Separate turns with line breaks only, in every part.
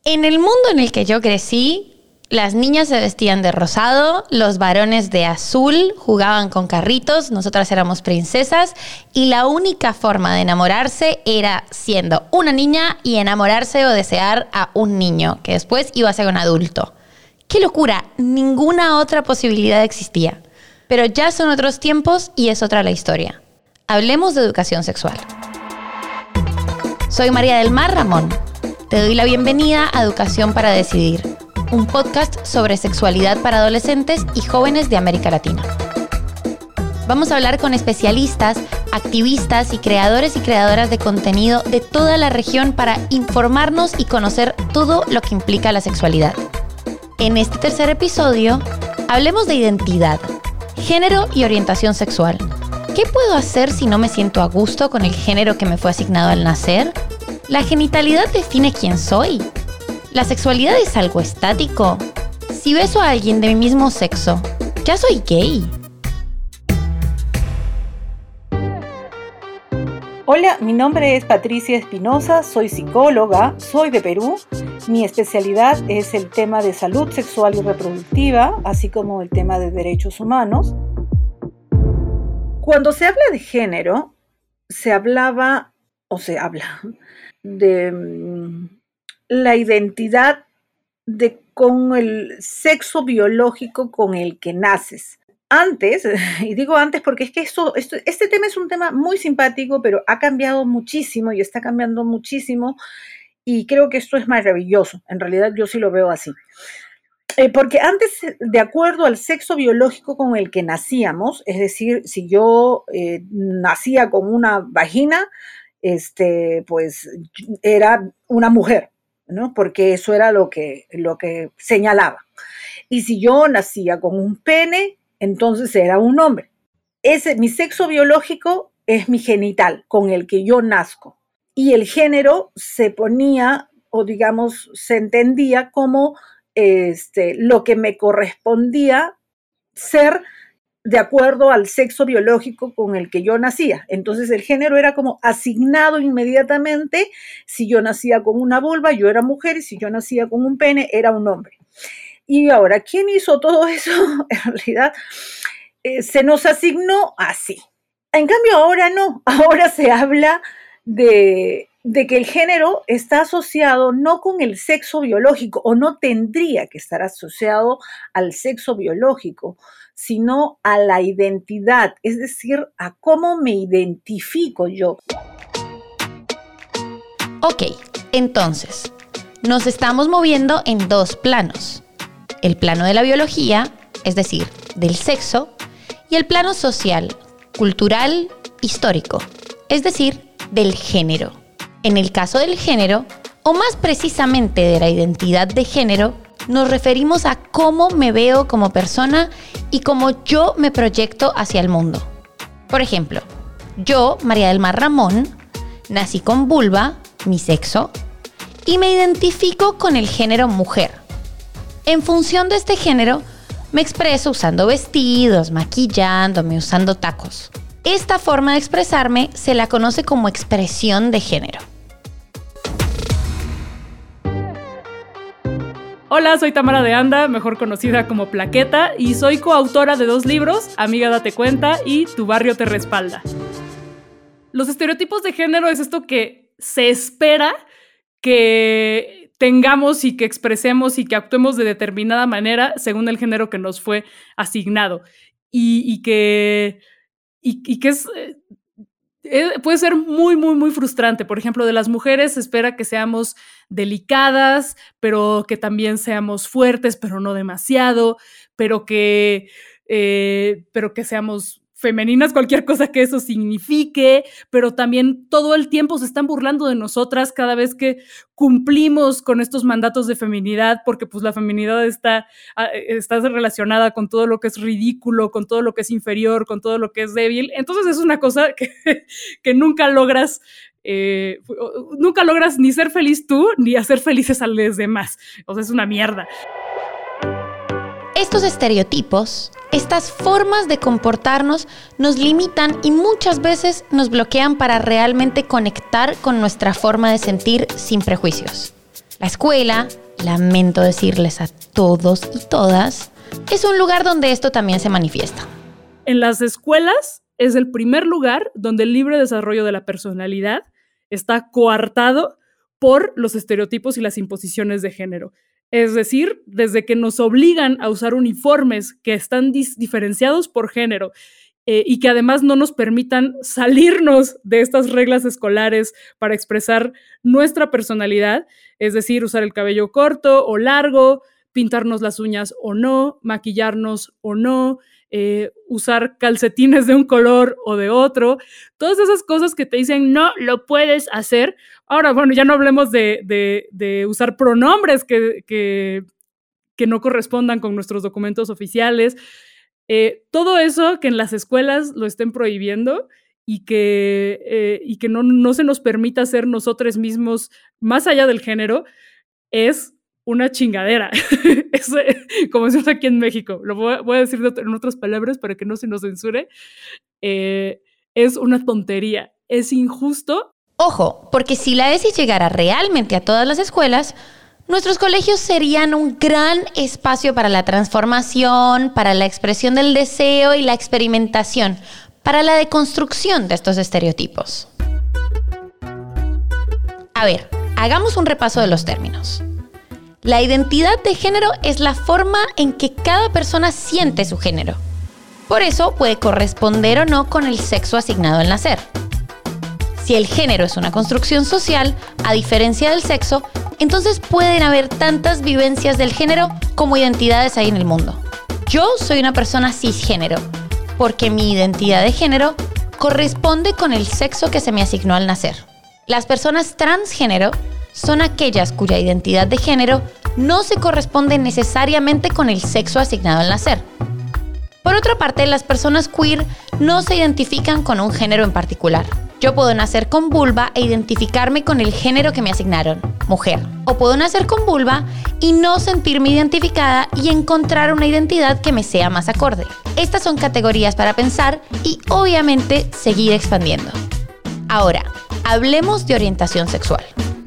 En el mundo en el que yo crecí, las niñas se vestían de rosado, los varones de azul, jugaban con carritos, nosotras éramos princesas y la única forma de enamorarse era siendo una niña y enamorarse o desear a un niño, que después iba a ser un adulto. ¡Qué locura! Ninguna otra posibilidad existía. Pero ya son otros tiempos y es otra la historia. Hablemos de educación sexual. Soy María del Mar Ramón. Te doy la bienvenida a Educación para Decidir, un podcast sobre sexualidad para adolescentes y jóvenes de América Latina. Vamos a hablar con especialistas, activistas y creadores y creadoras de contenido de toda la región para informarnos y conocer todo lo que implica la sexualidad. En este tercer episodio, hablemos de identidad, género y orientación sexual. ¿Qué puedo hacer si no me siento a gusto con el género que me fue asignado al nacer? ¿La genitalidad define quién soy? ¿La sexualidad es algo estático? Si beso a alguien de mi mismo sexo, ¿ya soy gay?
Hola, mi nombre es Patricia Espinosa, soy psicóloga, soy de Perú. Mi especialidad es el tema de salud sexual y reproductiva, así como el tema de derechos humanos. Cuando se habla de género, se habla de la identidad con el sexo biológico con el que naces. Antes, y digo antes porque es que este tema es un tema muy simpático, pero ha cambiado muchísimo y está cambiando muchísimo y creo que esto es maravilloso. En realidad yo sí lo veo así. Porque antes, de acuerdo al sexo biológico con el que nacíamos, es decir, si yo nacía con una vagina, pues era una mujer, ¿no? Porque eso era lo que señalaba. Y si yo nacía con un pene, entonces era un hombre. Mi sexo biológico es mi genital, con el que yo nazco. Y el género se ponía, o digamos, se entendía como lo que me correspondía ser de acuerdo al sexo biológico con el que yo nacía. Entonces el género era como asignado inmediatamente. Si yo nacía con una vulva, yo era mujer, y si yo nacía con un pene, era un hombre. Y ahora, ¿quién hizo todo eso? En realidad, se nos asignó así. En cambio, ahora no. Ahora se habla de que el género está asociado no con el sexo biológico, o no tendría que estar asociado al sexo biológico, sino a la identidad, es decir, a cómo me identifico yo.
Ok, entonces, nos estamos moviendo en dos planos. El plano de la biología, es decir, del sexo, y el plano social, cultural, histórico, es decir, del género. En el caso del género, o más precisamente de la identidad de género, nos referimos a cómo me veo como persona y cómo yo me proyecto hacia el mundo. Por ejemplo, yo, María del Mar Ramón, nací con vulva, mi sexo, y me identifico con el género mujer. En función de este género, me expreso usando vestidos, maquillándome, usando tacos. Esta forma de expresarme se la conoce como expresión de género.
Hola, soy Tamara de Anda, mejor conocida como Plaqueta, y soy coautora de 2 libros, Amiga Date Cuenta y Tu Barrio Te Respalda. Los estereotipos de género es esto que se espera que tengamos y que expresemos y que actuemos de determinada manera según el género que nos fue asignado. Y que puede ser muy, muy, muy frustrante. Por ejemplo, de las mujeres se espera que seamos delicadas, pero que también seamos fuertes, pero no demasiado, pero que seamos femeninas, cualquier cosa que eso signifique, pero también todo el tiempo se están burlando de nosotras cada vez que cumplimos con estos mandatos de feminidad, porque pues la feminidad está relacionada con todo lo que es ridículo, con todo lo que es inferior, con todo lo que es débil. Entonces es una cosa que nunca logras ni ser feliz tú, ni hacer felices a los demás. O sea, es una mierda.
Estos estereotipos, estas formas de comportarnos nos limitan y muchas veces nos bloquean para realmente conectar con nuestra forma de sentir sin prejuicios. La escuela, lamento decirles a todos y todas, es un lugar donde esto también se manifiesta.
En las escuelas es el primer lugar donde el libre desarrollo de la personalidad está coartado por los estereotipos y las imposiciones de género. Es decir, desde que nos obligan a usar uniformes que están diferenciados por género y que además no nos permitan salirnos de estas reglas escolares para expresar nuestra personalidad, es decir, usar el cabello corto o largo, pintarnos las uñas o no, maquillarnos o no, usar calcetines de un color o de otro, todas esas cosas que te dicen no lo puedes hacer. Ahora, bueno, ya no hablemos de usar pronombres que no correspondan con nuestros documentos oficiales. Todo eso que en las escuelas lo estén prohibiendo y que no se nos permita ser nosotros mismos más allá del género es una chingadera. Es, como decimos aquí en México, lo voy a decir en otras palabras para que no se nos censure, es una tontería, es injusto.
Ojo, porque si la ESI llegara realmente a todas las escuelas, nuestros colegios serían un gran espacio para la transformación, para la expresión del deseo y la experimentación, para la deconstrucción de estos estereotipos. A ver, hagamos un repaso de los términos. La identidad de género es la forma en que cada persona siente su género. Por eso puede corresponder o no con el sexo asignado al nacer. Si el género es una construcción social, a diferencia del sexo, entonces pueden haber tantas vivencias del género como identidades hay en el mundo. Yo soy una persona cisgénero, porque mi identidad de género corresponde con el sexo que se me asignó al nacer. Las personas transgénero son aquellas cuya identidad de género no se corresponde necesariamente con el sexo asignado al nacer. Por otra parte, las personas queer no se identifican con un género en particular. Yo puedo nacer con vulva e identificarme con el género que me asignaron, mujer. O puedo nacer con vulva y no sentirme identificada y encontrar una identidad que me sea más acorde. Estas son categorías para pensar y obviamente seguir expandiendo. Ahora, hablemos de orientación sexual.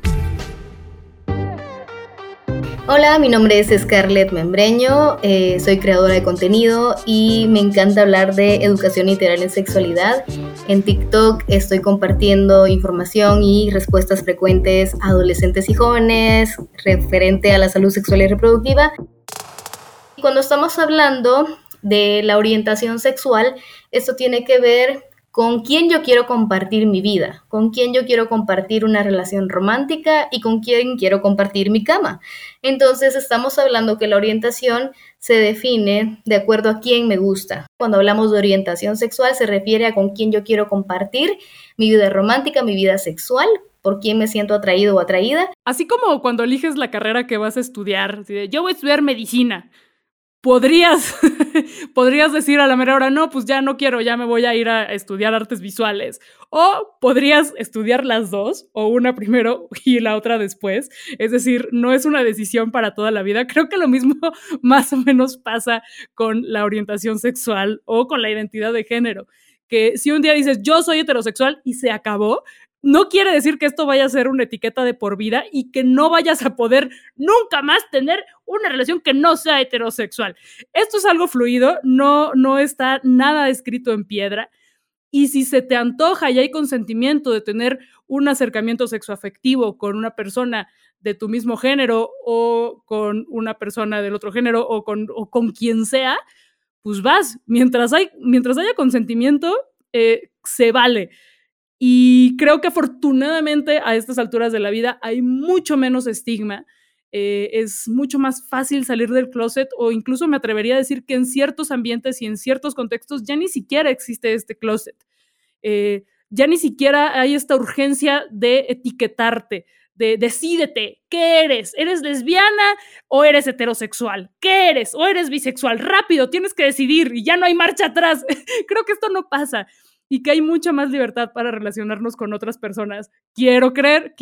Hola, mi nombre es Scarlett Membreño, soy creadora de contenido y me encanta hablar de educación integral en sexualidad. En TikTok estoy compartiendo información y respuestas frecuentes a adolescentes y jóvenes referente a la salud sexual y reproductiva. Cuando estamos hablando de la orientación sexual, esto tiene que ver con quién yo quiero compartir mi vida, con quién yo quiero compartir una relación romántica y con quién quiero compartir mi cama. Entonces estamos hablando que la orientación se define de acuerdo a quién me gusta. Cuando hablamos de orientación sexual se refiere a con quién yo quiero compartir mi vida romántica, mi vida sexual, por quién me siento atraído o atraída.
Así como cuando eliges la carrera que vas a estudiar, yo voy a estudiar medicina. Podrías decir a la mera hora, no, pues ya no quiero, ya me voy a ir a estudiar artes visuales. O podrías estudiar las dos, o una primero y la otra después. Es decir, no es una decisión para toda la vida. Creo que lo mismo más o menos pasa con la orientación sexual o con la identidad de género. Que si un día dices, yo soy heterosexual y se acabó, no quiere decir que esto vaya a ser una etiqueta de por vida y que no vayas a poder nunca más tener una relación que no sea heterosexual. Esto es algo fluido, no está nada escrito en piedra. Y si se te antoja y hay consentimiento de tener un acercamiento sexoafectivo con una persona de tu mismo género o con una persona del otro género o con quien sea, pues vas. Mientras haya consentimiento, se vale. Y creo que afortunadamente a estas alturas de la vida hay mucho menos estigma, es mucho más fácil salir del closet o incluso me atrevería a decir que en ciertos ambientes y en ciertos contextos ya ni siquiera existe este closet. Ya ni siquiera hay esta urgencia de etiquetarte, de decídete, ¿qué eres? ¿Eres lesbiana o eres heterosexual? ¿Qué eres? ¿O eres bisexual? Rápido, tienes que decidir y ya no hay marcha atrás. Creo que esto no pasa. Y que hay mucha más libertad para relacionarnos con otras personas. Quiero creer.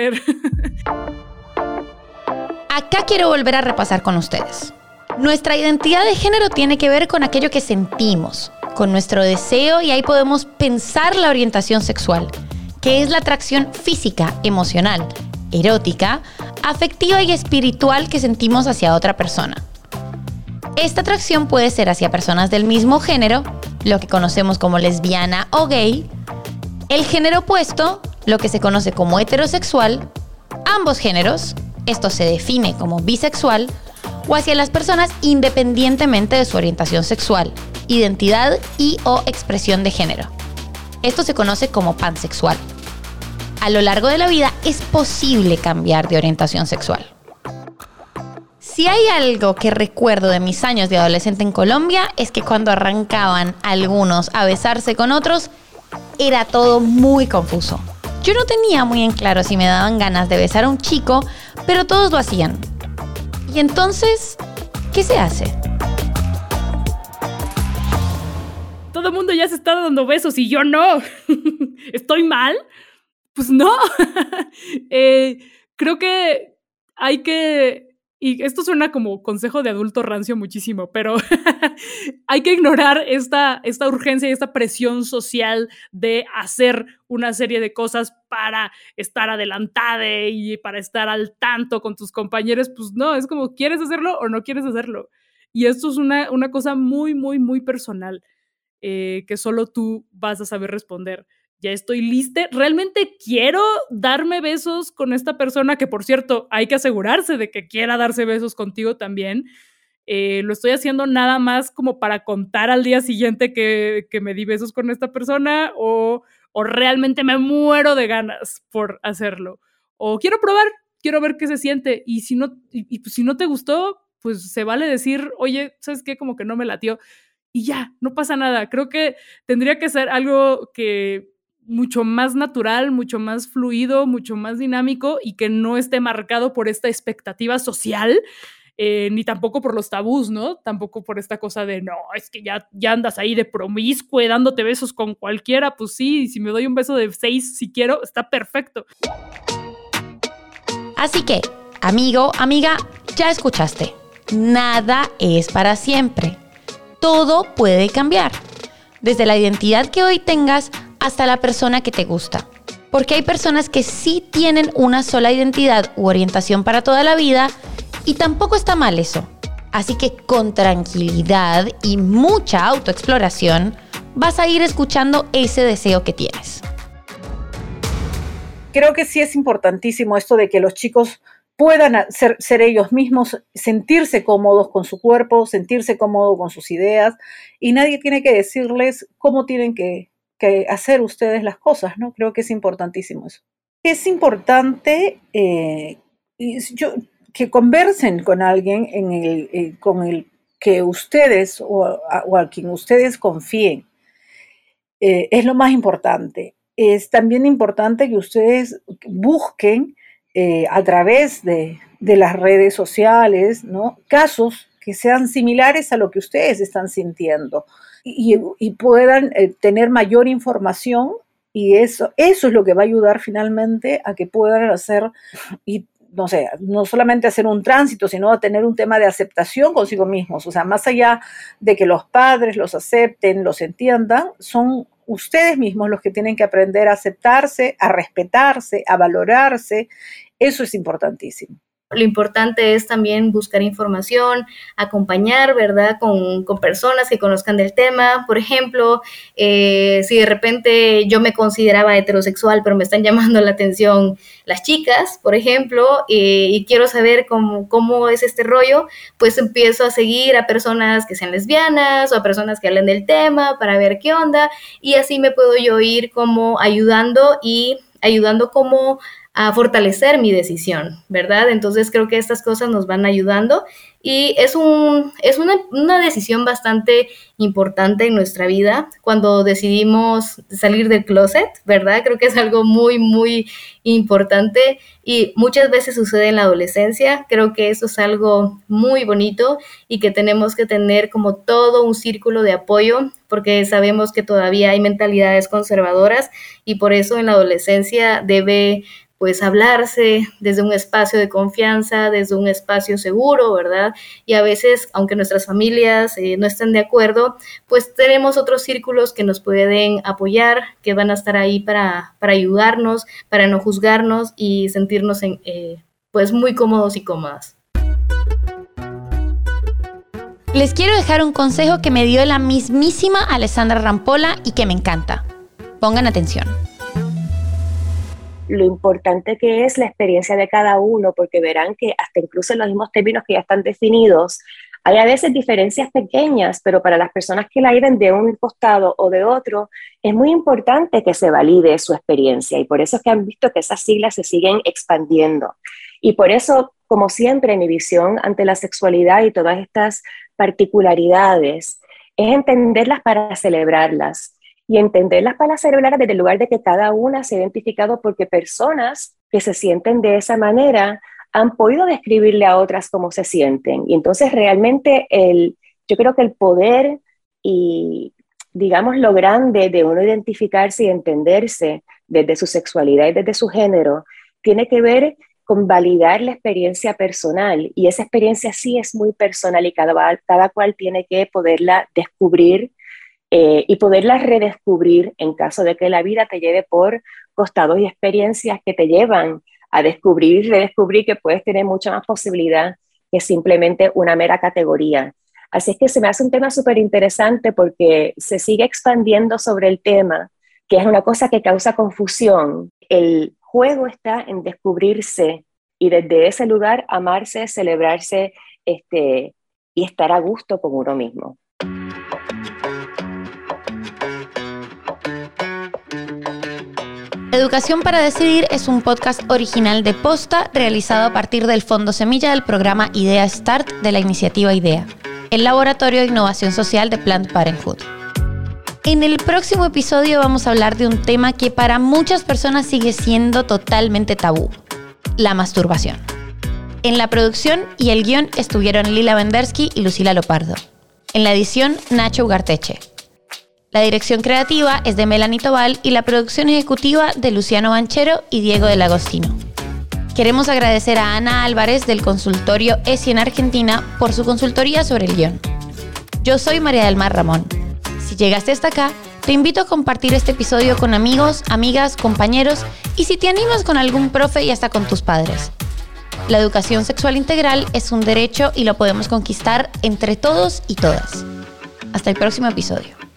Acá quiero volver a repasar con ustedes. Nuestra identidad de género tiene que ver con aquello que sentimos, con nuestro deseo, y ahí podemos pensar la orientación sexual, que es la atracción física, emocional, erótica, afectiva y espiritual que sentimos hacia otra persona. Esta atracción puede ser hacia personas del mismo género, lo que conocemos como lesbiana o gay, el género opuesto, lo que se conoce como heterosexual, ambos géneros, esto se define como bisexual, o hacia las personas independientemente de su orientación sexual, identidad y o expresión de género. Esto se conoce como pansexual. A lo largo de la vida es posible cambiar de orientación sexual. Si hay algo que recuerdo de mis años de adolescente en Colombia es que cuando arrancaban algunos a besarse con otros, era todo muy confuso. Yo no tenía muy en claro si me daban ganas de besar a un chico, pero todos lo hacían. Y entonces, ¿qué se hace?
Todo el mundo ya se está dando besos y yo no. ¿Estoy mal? Pues no. Creo que hay que... Y esto suena como consejo de adulto rancio muchísimo, pero hay que ignorar esta urgencia y esta presión social de hacer una serie de cosas para estar adelantada y para estar al tanto con tus compañeros. Pues no, es como, ¿quieres hacerlo o no quieres hacerlo? Y esto es una cosa muy, muy, muy personal que solo tú vas a saber responder. Ya estoy lista, realmente quiero darme besos con esta persona, que por cierto, hay que asegurarse de que quiera darse besos contigo también. Lo estoy haciendo nada más como para contar al día siguiente que me di besos con esta persona o realmente me muero de ganas por hacerlo. O quiero probar, quiero ver qué se siente y si no, pues si no te gustó, pues se vale decir, oye, ¿sabes qué? Como que no me latió y ya, no pasa nada. Creo que tendría que ser algo que mucho más natural, mucho más fluido, mucho más dinámico y que no esté marcado por esta expectativa social, ni tampoco por los tabús, ¿no? Tampoco por esta cosa de, no, es que ya andas ahí de promiscuo dándote besos con cualquiera, pues sí, si me doy un beso de 6 si quiero, está perfecto.
Así que, amigo, amiga, ya escuchaste. Nada es para siempre. Todo puede cambiar. Desde la identidad que hoy tengas hasta la persona que te gusta. Porque hay personas que sí tienen una sola identidad u orientación para toda la vida y tampoco está mal eso. Así que con tranquilidad y mucha autoexploración vas a ir escuchando ese deseo que tienes.
Creo que sí es importantísimo esto de que los chicos puedan ser ellos mismos, sentirse cómodos con su cuerpo, sentirse cómodos con sus ideas y nadie tiene que decirles cómo tienen que hacer ustedes las cosas, ¿no? Creo que es importantísimo eso. Es importante que conversen con alguien con el que ustedes o a quien ustedes confíen. Es lo más importante. Es también importante que ustedes busquen a través de las redes sociales, ¿no? Casos que sean similares a lo que ustedes están sintiendo y puedan tener mayor información y eso es lo que va a ayudar finalmente a que puedan hacer, y no sé, no solamente hacer un tránsito, sino a tener un tema de aceptación consigo mismos. O sea, más allá de que los padres los acepten, los entiendan, son ustedes mismos los que tienen que aprender a aceptarse, a respetarse, a valorarse. Eso es importantísimo.
Lo importante es también buscar información, acompañar, ¿verdad?, con personas que conozcan del tema. Por ejemplo, si de repente yo me consideraba heterosexual, pero me están llamando la atención las chicas, por ejemplo, y quiero saber cómo es este rollo, pues empiezo a seguir a personas que sean lesbianas o a personas que hablen del tema para ver qué onda, y así me puedo yo ir como ayudando como a fortalecer mi decisión, ¿verdad? Entonces creo que estas cosas nos van ayudando y es una decisión bastante importante en nuestra vida cuando decidimos salir del closet, ¿verdad? Creo que es algo muy, muy importante y muchas veces sucede en la adolescencia. Creo que eso es algo muy bonito y que tenemos que tener como todo un círculo de apoyo porque sabemos que todavía hay mentalidades conservadoras y por eso en la adolescencia debe pues hablarse desde un espacio de confianza, desde un espacio seguro, ¿verdad? Y a veces, aunque nuestras familias no estén de acuerdo, pues tenemos otros círculos que nos pueden apoyar, que van a estar ahí para ayudarnos, para no juzgarnos y sentirnos pues muy cómodos y cómodas.
Les quiero dejar un consejo que me dio la mismísima Alessandra Rampolla y que me encanta. Pongan atención.
Lo importante que es la experiencia de cada uno, porque verán que hasta incluso en los mismos términos que ya están definidos, hay a veces diferencias pequeñas, pero para las personas que la viven de un costado o de otro, es muy importante que se valide su experiencia, y por eso es que han visto que esas siglas se siguen expandiendo. Y por eso, como siempre, mi visión ante la sexualidad y todas estas particularidades es entenderlas para celebrarlas, y entenderlas para celebrar desde el lugar de que cada una se ha identificado, porque personas que se sienten de esa manera han podido describirle a otras cómo se sienten. Y entonces realmente yo creo que el poder y, digamos, lo grande de uno identificarse y entenderse desde su sexualidad y desde su género tiene que ver con validar la experiencia personal. Y esa experiencia sí es muy personal, y cada cual tiene que poderla descubrir y poderla redescubrir en caso de que la vida te lleve por costados y experiencias que te llevan a descubrir y redescubrir que puedes tener mucha más posibilidad que simplemente una mera categoría. Así es que se me hace un tema súper interesante, porque se sigue expandiendo sobre el tema, que es una cosa que causa confusión. El juego está en descubrirse y desde ese lugar amarse, celebrarse y estar a gusto con uno mismo.
Educación para Decidir es un podcast original de Posta, realizado a partir del Fondo Semilla del programa Idea Start de la iniciativa IDEA, el Laboratorio de Innovación Social de Planned Parenthood. En el próximo episodio vamos a hablar de un tema que para muchas personas sigue siendo totalmente tabú: la masturbación. En la producción y el guión estuvieron Lila Vendersky y Lucila Lopardo. En la edición, Nacho Ugarteche. La dirección creativa es de Melanie Tobal y la producción ejecutiva de Luciano Banchero y Diego del Agostino. Queremos agradecer a Ana Álvarez del consultorio ESI en Argentina por su consultoría sobre el guión. Yo soy María del Mar Ramón. Si llegaste hasta acá, te invito a compartir este episodio con amigos, amigas, compañeros y si te animas con algún profe y hasta con tus padres. La educación sexual integral es un derecho y lo podemos conquistar entre todos y todas. Hasta el próximo episodio.